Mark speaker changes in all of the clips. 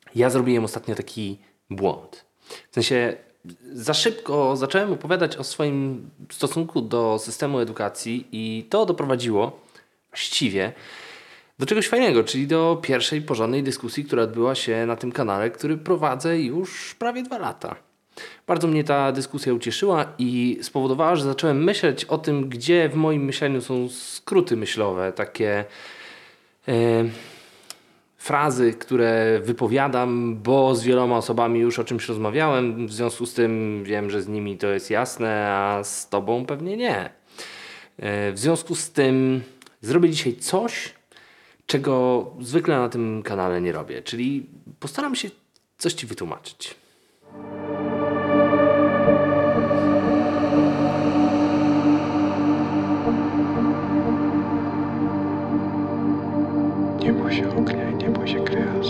Speaker 1: Ja zrobiłem ostatnio taki błąd. W sensie za szybko zacząłem opowiadać o swoim stosunku do systemu edukacji i to doprowadziło właściwie do czegoś fajnego, czyli do pierwszej porządnej dyskusji, która odbyła się na tym kanale, który prowadzę już prawie 2 lata. Bardzo mnie ta dyskusja ucieszyła i spowodowała, że zacząłem myśleć o tym, gdzie w moim myśleniu są skróty myślowe, takie frazy, które wypowiadam, bo z wieloma osobami już o czymś rozmawiałem, w związku z tym wiem, że z nimi to jest jasne, a z tobą pewnie nie. W związku z tym zrobię dzisiaj coś, czego zwykle na tym kanale nie robię, czyli postaram się coś ci wytłumaczyć.
Speaker 2: Nie bój się ognia i nie bój się gwiazd.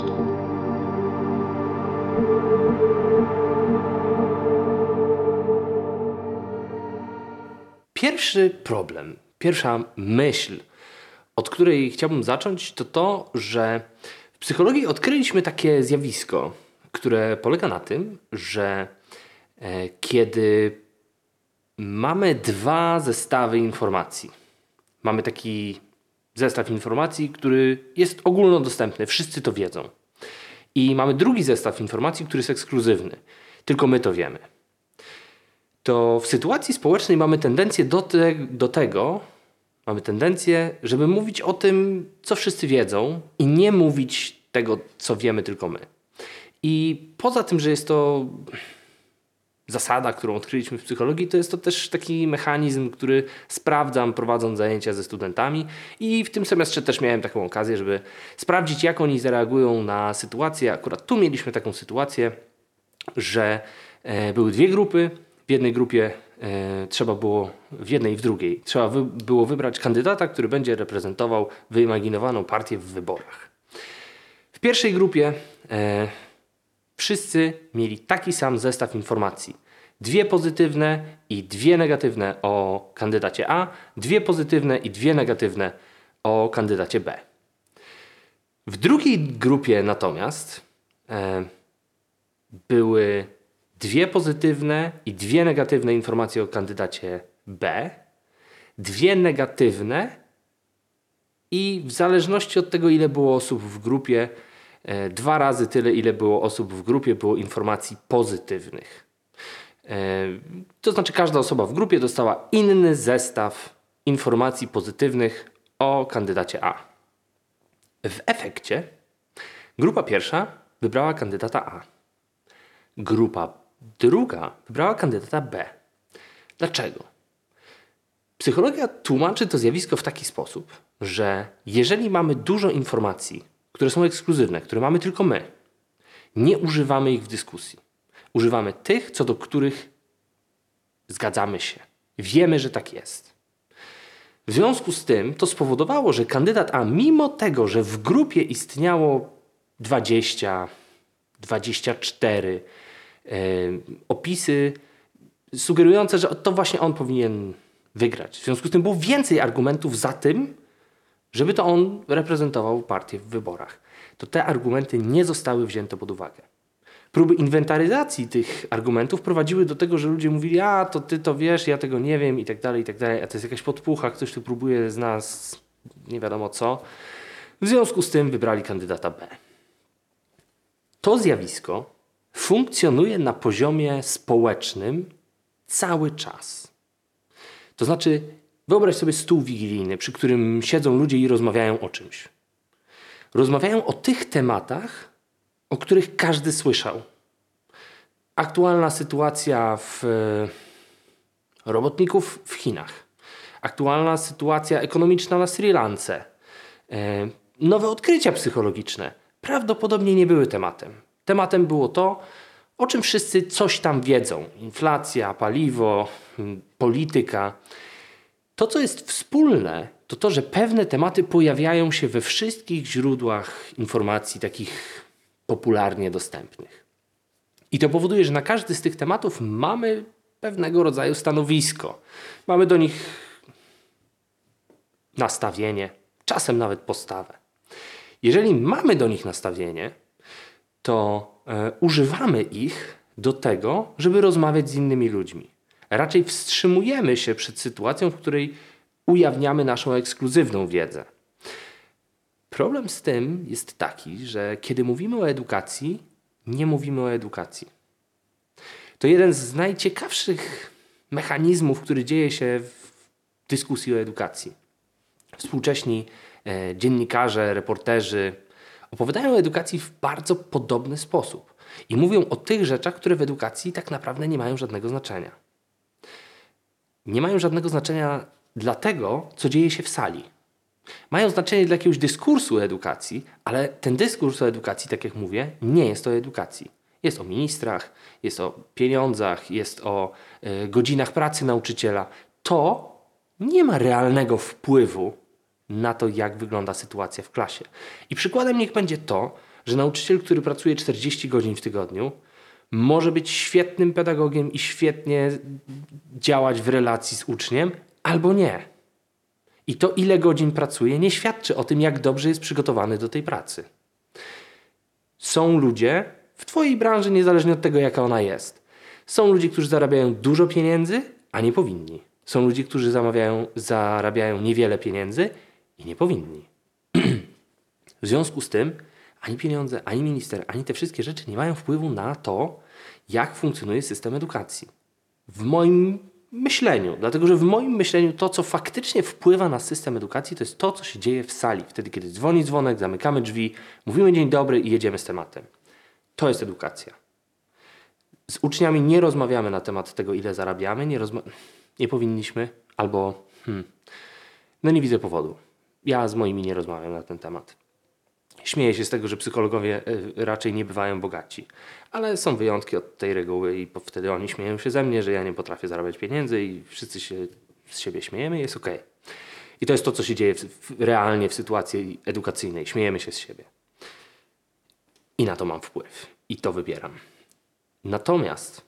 Speaker 1: Pierwszy problem, pierwsza myśl, od której chciałbym zacząć, to to, że w psychologii odkryliśmy takie zjawisko, które polega na tym, że kiedy mamy 2 zestawy informacji, mamy taki zestaw informacji, który jest ogólnodostępny, wszyscy to wiedzą. I mamy drugi zestaw informacji, który jest ekskluzywny, tylko my to wiemy. To w sytuacji społecznej mamy tendencję do tego, mamy tendencję, żeby mówić o tym, co wszyscy wiedzą i nie mówić tego, co wiemy tylko my. I poza tym, że jest to zasada, którą odkryliśmy w psychologii, to jest to też taki mechanizm, który sprawdzam prowadząc zajęcia ze studentami i w tym semestrze też miałem taką okazję, żeby sprawdzić, jak oni zareagują na sytuację. Akurat tu mieliśmy taką sytuację, że były 2 grupy. W jednej grupie trzeba było, w jednej i w drugiej, trzeba było wybrać kandydata, który będzie reprezentował wyimaginowaną partię w wyborach. W pierwszej grupie wszyscy mieli taki sam zestaw informacji. 2 pozytywne i 2 negatywne o kandydacie A, 2 pozytywne i 2 negatywne o kandydacie B. W drugiej grupie natomiast były 2 pozytywne i 2 negatywne informacje o kandydacie B, 2 negatywne i w zależności od tego, ile było osób w grupie, 2 razy tyle, ile było osób w grupie, było informacji pozytywnych. To znaczy każda osoba w grupie dostała inny zestaw informacji pozytywnych o kandydacie A. W efekcie grupa pierwsza wybrała kandydata A. Grupa druga wybrała kandydata B. Dlaczego? Psychologia tłumaczy to zjawisko w taki sposób, że jeżeli mamy dużo informacji, które są ekskluzywne, które mamy tylko my, nie używamy ich w dyskusji. Używamy tych, co do których zgadzamy się. Wiemy, że tak jest. W związku z tym to spowodowało, że kandydat A, mimo tego, że w grupie istniało 20, 24 opisy sugerujące, że to właśnie on powinien wygrać. W związku z tym było więcej argumentów za tym, żeby to on reprezentował partię w wyborach. To te argumenty nie zostały wzięte pod uwagę. Próby inwentaryzacji tych argumentów prowadziły do tego, że ludzie mówili, a to ty to wiesz, ja tego nie wiem i tak dalej, a to jest jakaś podpucha, ktoś tu próbuje z nas nie wiadomo co. W związku z tym wybrali kandydata B. To zjawisko funkcjonuje na poziomie społecznym cały czas. To znaczy, wyobraź sobie stół wigilijny, przy którym siedzą ludzie i rozmawiają o czymś. Rozmawiają o tych tematach, o których każdy słyszał. Aktualna sytuacja robotników w Chinach. Aktualna sytuacja ekonomiczna na Sri Lance. Nowe odkrycia psychologiczne prawdopodobnie nie były tematem. Tematem było to, o czym wszyscy coś tam wiedzą. Inflacja, paliwo, polityka. To, co jest wspólne, to to, że pewne tematy pojawiają się we wszystkich źródłach informacji takich popularnie dostępnych. I to powoduje, że na każdy z tych tematów mamy pewnego rodzaju stanowisko. Mamy do nich nastawienie, czasem nawet postawę. Jeżeli mamy do nich nastawienie, to używamy ich do tego, żeby rozmawiać z innymi ludźmi. Raczej wstrzymujemy się przed sytuacją, w której ujawniamy naszą ekskluzywną wiedzę. Problem z tym jest taki, że kiedy mówimy o edukacji, nie mówimy o edukacji. To jeden z najciekawszych mechanizmów, który dzieje się w dyskusji o edukacji. Współcześni dziennikarze, reporterzy opowiadają o edukacji w bardzo podobny sposób i mówią o tych rzeczach, które w edukacji tak naprawdę nie mają żadnego znaczenia. Nie mają żadnego znaczenia dla tego, co dzieje się w sali. Mają znaczenie dla jakiegoś dyskursu o edukacji, ale ten dyskurs o edukacji, tak jak mówię, nie jest o edukacji. Jest o ministrach, jest o pieniądzach, jest o godzinach pracy nauczyciela. To nie ma realnego wpływu na to, jak wygląda sytuacja w klasie. I przykładem niech będzie to, że nauczyciel, który pracuje 40 godzin w tygodniu, może być świetnym pedagogiem i świetnie działać w relacji z uczniem, albo nie. I to, ile godzin pracuje, nie świadczy o tym, jak dobrze jest przygotowany do tej pracy. Są ludzie w twojej branży, niezależnie od tego, jaka ona jest. Są ludzie, którzy zarabiają dużo pieniędzy, a nie powinni. Są ludzie, którzy zarabiają niewiele pieniędzy i nie powinni. W związku z tym ani pieniądze, ani minister, ani te wszystkie rzeczy nie mają wpływu na to, jak funkcjonuje system edukacji. W moim myśleniu. Dlatego, że w moim myśleniu to, co faktycznie wpływa na system edukacji, to jest to, co się dzieje w sali. Wtedy, kiedy dzwoni dzwonek, zamykamy drzwi, mówimy dzień dobry i jedziemy z tematem. To jest edukacja. Z uczniami nie rozmawiamy na temat tego, ile zarabiamy. Nie powinniśmy. Albo nie widzę powodu. Ja z moimi nie rozmawiam na ten temat. Śmieję się z tego, że psychologowie raczej nie bywają bogaci. Ale są wyjątki od tej reguły i wtedy oni śmieją się ze mnie, że ja nie potrafię zarabiać pieniędzy i wszyscy się z siebie śmiejemy i jest okej. I to jest to, co się dzieje realnie w sytuacji edukacyjnej. Śmiejemy się z siebie. I na to mam wpływ. I to wybieram. Natomiast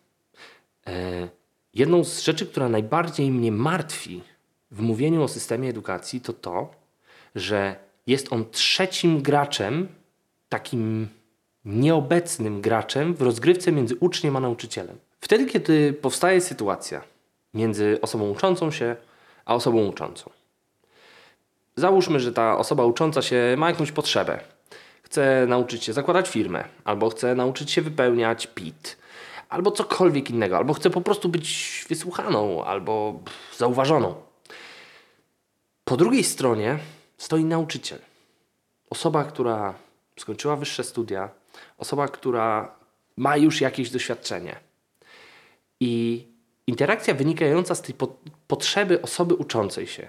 Speaker 1: jedną z rzeczy, która najbardziej mnie martwi w mówieniu o systemie edukacji, to to, że jest on trzecim graczem, takim nieobecnym graczem w rozgrywce między uczniem a nauczycielem. Wtedy, kiedy powstaje sytuacja między osobą uczącą się a osobą uczącą. Załóżmy, że ta osoba ucząca się ma jakąś potrzebę. Chce nauczyć się zakładać firmę, albo chce nauczyć się wypełniać PIT, albo cokolwiek innego, albo chce po prostu być wysłuchaną, albo zauważoną. Po drugiej stronie stoi nauczyciel. Osoba, która skończyła wyższe studia, osoba, która ma już jakieś doświadczenie. I interakcja wynikająca z tej potrzeby osoby uczącej się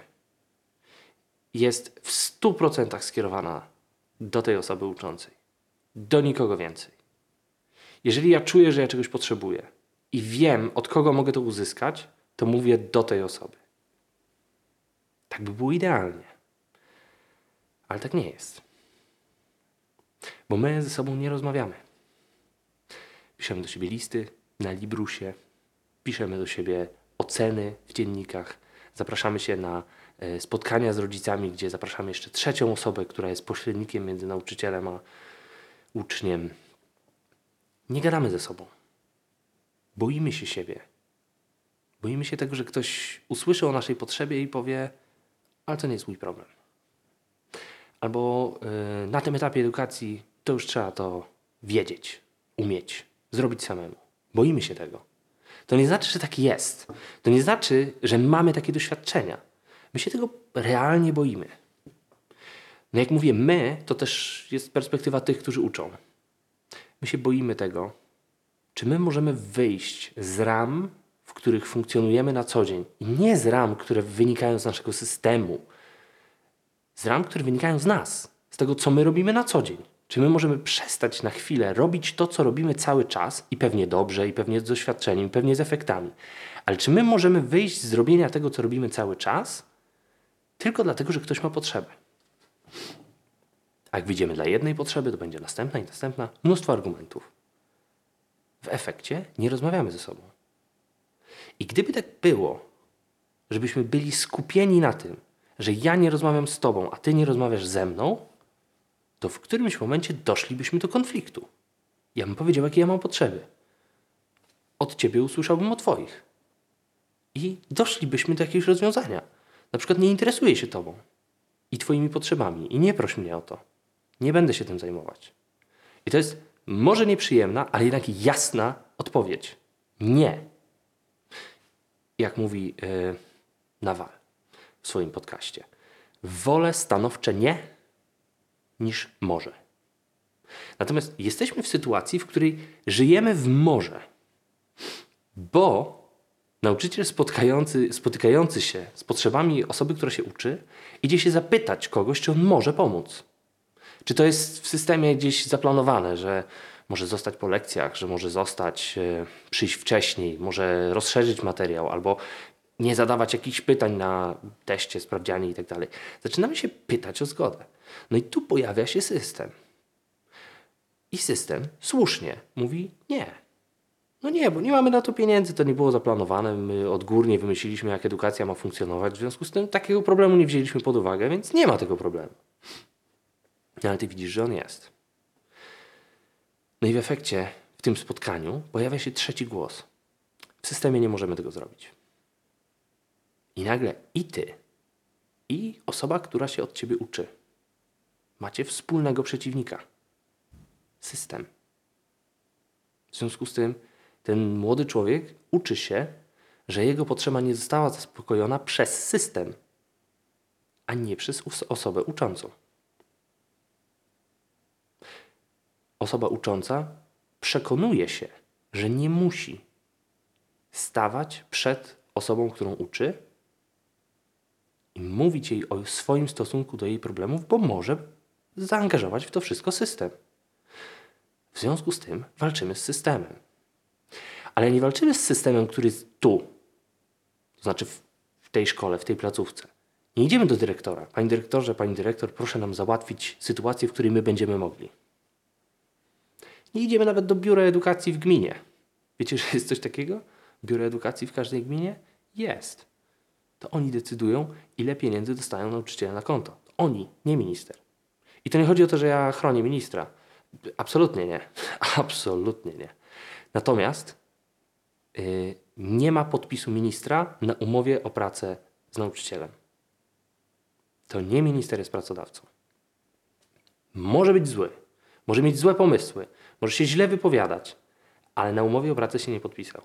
Speaker 1: jest w 100% skierowana do tej osoby uczącej. Do nikogo więcej. Jeżeli ja czuję, że ja czegoś potrzebuję i wiem, od kogo mogę to uzyskać, to mówię do tej osoby. Tak by było idealnie. Ale tak nie jest. Bo my ze sobą nie rozmawiamy. Piszemy do siebie listy na Librusie, piszemy do siebie oceny w dziennikach, zapraszamy się na spotkania z rodzicami, gdzie zapraszamy jeszcze trzecią osobę, która jest pośrednikiem między nauczycielem a uczniem. Nie gadamy ze sobą. Boimy się siebie. Boimy się tego, że ktoś usłyszy o naszej potrzebie i powie, ale to nie jest mój problem. Albo na tym etapie edukacji to już trzeba to wiedzieć, umieć, zrobić samemu. Boimy się tego. To nie znaczy, że tak jest. To nie znaczy, że mamy takie doświadczenia. My się tego realnie boimy. No jak mówię my, to też jest perspektywa tych, którzy uczą. My się boimy tego, czy my możemy wyjść z ram, w których funkcjonujemy na co dzień. I nie z ram, które wynikają z naszego systemu. Z ram, które wynikają z nas. Z tego, co my robimy na co dzień. Czy my możemy przestać na chwilę robić to, co robimy cały czas i pewnie dobrze, i pewnie z doświadczeniem, i pewnie z efektami. Ale czy my możemy wyjść z robienia tego, co robimy cały czas, tylko dlatego, że ktoś ma potrzebę? A jak wyjdziemy dla jednej potrzeby, to będzie następna i następna. Mnóstwo argumentów. W efekcie nie rozmawiamy ze sobą. I gdyby tak było, żebyśmy byli skupieni na tym, że ja nie rozmawiam z tobą, a ty nie rozmawiasz ze mną, to w którymś momencie doszlibyśmy do konfliktu. Ja bym powiedział, jakie ja mam potrzeby. Od ciebie usłyszałbym o twoich. I doszlibyśmy do jakiegoś rozwiązania. Na przykład nie interesuję się tobą i twoimi potrzebami i nie proś mnie o to. Nie będę się tym zajmować. I to jest może nieprzyjemna, ale jednak jasna odpowiedź. Nie. Jak mówi Nawal w swoim podcaście. Wolę stanowcze nie niż może. Natomiast jesteśmy w sytuacji, w której żyjemy w morze. Bo nauczyciel spotykający się z potrzebami osoby, która się uczy, idzie się zapytać kogoś, czy on może pomóc. Czy to jest w systemie gdzieś zaplanowane, że może zostać po lekcjach, że może przyjść wcześniej, może rozszerzyć materiał albo nie zadawać jakichś pytań na teście, sprawdzianie i tak dalej. Zaczynamy się pytać o zgodę. No i tu pojawia się system. I system słusznie mówi nie. No nie, bo nie mamy na to pieniędzy, to nie było zaplanowane, my odgórnie wymyśliliśmy, jak edukacja ma funkcjonować, w związku z tym takiego problemu nie wzięliśmy pod uwagę, więc nie ma tego problemu. No ale ty widzisz, że on jest. No i w efekcie, w tym spotkaniu pojawia się trzeci głos. W systemie nie możemy tego zrobić. I nagle i ty, i osoba, która się od ciebie uczy, macie wspólnego przeciwnika. System. W związku z tym ten młody człowiek uczy się, że jego potrzeba nie została zaspokojona przez system, a nie przez osobę uczącą. Osoba ucząca przekonuje się, że nie musi stawać przed osobą, którą uczy i mówić jej o swoim stosunku do jej problemów, bo może zaangażować w to wszystko system. W związku z tym walczymy z systemem. Ale nie walczymy z systemem, który jest tu, to znaczy w tej szkole, w tej placówce. Nie idziemy do dyrektora. Panie dyrektorze, pani dyrektor, proszę nam załatwić sytuację, w której my będziemy mogli. Nie idziemy nawet do biura edukacji w gminie. Wiecie, że jest coś takiego? Biuro edukacji w każdej gminie? Jest. To oni decydują, ile pieniędzy dostają nauczyciele na konto. Oni, nie minister. I to nie chodzi o to, że ja chronię ministra. Absolutnie nie. Absolutnie nie. Natomiast nie ma podpisu ministra na umowie o pracę z nauczycielem. To nie minister jest pracodawcą. Może być zły. Może mieć złe pomysły. Może się źle wypowiadać. Ale na umowie o pracę się nie podpisał.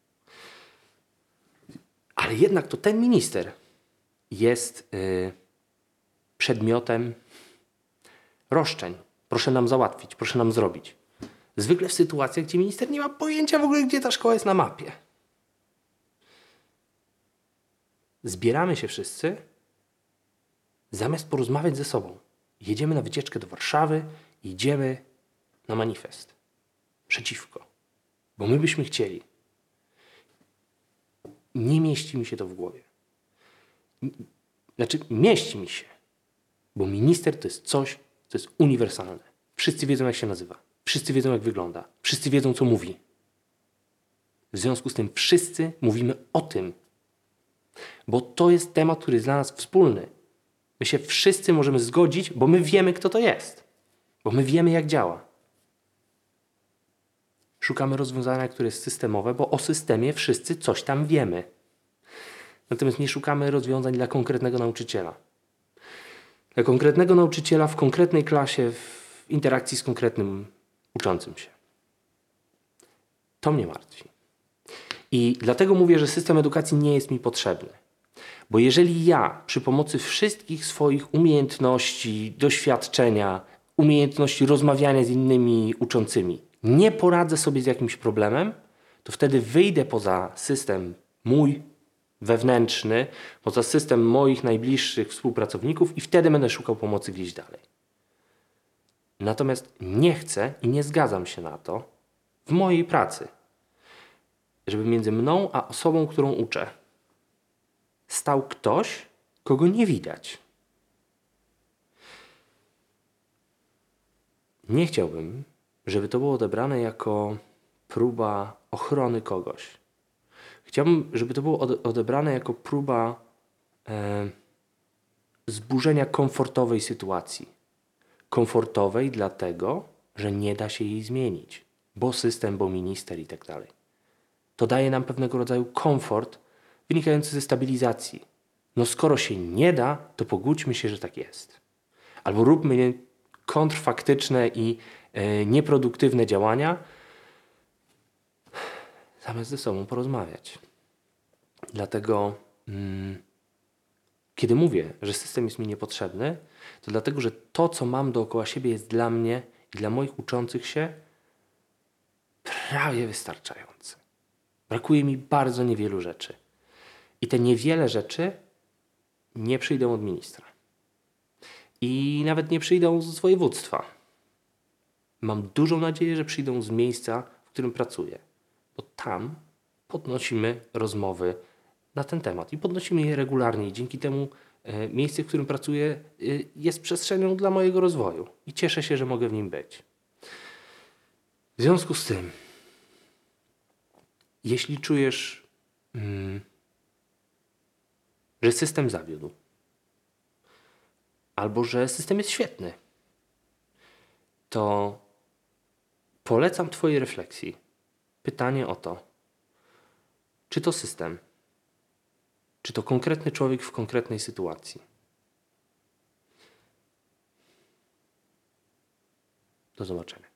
Speaker 1: Ale jednak to ten minister jest przedmiotem roszczeń. Proszę nam załatwić, proszę nam zrobić. Zwykle w sytuacjach, gdzie minister nie ma pojęcia w ogóle, gdzie ta szkoła jest na mapie. Zbieramy się wszyscy, zamiast porozmawiać ze sobą. Jedziemy na wycieczkę do Warszawy, idziemy na manifest. Przeciwko. Bo my byśmy chcieli. Nie mieści mi się to w głowie. Znaczy, mieści mi się. Bo minister to jest coś, co jest uniwersalne. Wszyscy wiedzą, jak się nazywa. Wszyscy wiedzą, jak wygląda. Wszyscy wiedzą, co mówi. W związku z tym wszyscy mówimy o tym. Bo to jest temat, który jest dla nas wspólny. My się wszyscy możemy zgodzić, bo my wiemy, kto to jest. Bo my wiemy, jak działa. Szukamy rozwiązania, które jest systemowe, bo o systemie wszyscy coś tam wiemy. Natomiast nie szukamy rozwiązań dla konkretnego nauczyciela. Dla konkretnego nauczyciela w konkretnej klasie, w interakcji z konkretnym uczącym się. To mnie martwi. I dlatego mówię, że system edukacji nie jest mi potrzebny. Bo jeżeli ja przy pomocy wszystkich swoich umiejętności, doświadczenia, umiejętności rozmawiania z innymi uczącymi nie poradzę sobie z jakimś problemem, to wtedy wyjdę poza system mój wewnętrzny, poza system moich najbliższych współpracowników i wtedy będę szukał pomocy gdzieś dalej. Natomiast nie chcę i nie zgadzam się na to w mojej pracy, żeby między mną a osobą, którą uczę, stał ktoś, kogo nie widać. Nie chciałbym, żeby to było odebrane jako próba ochrony kogoś. Chciałbym, żeby to było odebrane jako próba zburzenia komfortowej sytuacji. Komfortowej dlatego, że nie da się jej zmienić. bo system, bo minister i tak dalej. To daje nam pewnego rodzaju komfort wynikający ze stabilizacji. No skoro się nie da, to pogódźmy się, że tak jest. Albo róbmy kontrfaktyczne i nieproduktywne działania, zamiast ze sobą porozmawiać. Dlatego, kiedy mówię, że system jest mi niepotrzebny, to dlatego, że to, co mam dookoła siebie, jest dla mnie i dla moich uczących się prawie wystarczające. Brakuje mi bardzo niewielu rzeczy. I te niewiele rzeczy nie przyjdą od ministra. I nawet nie przyjdą z województwa. Mam dużą nadzieję, że przyjdą z miejsca, w którym pracuję. Bo tam podnosimy rozmowy na ten temat i podnosimy je regularnie. I dzięki temu miejsce, w którym pracuję, jest przestrzenią dla mojego rozwoju. I cieszę się, że mogę w nim być. W związku z tym, jeśli czujesz, że system zawiódł, albo że system jest świetny, to polecam Twojej refleksji pytanie o to, czy to system, czy to konkretny człowiek w konkretnej sytuacji. Do zobaczenia.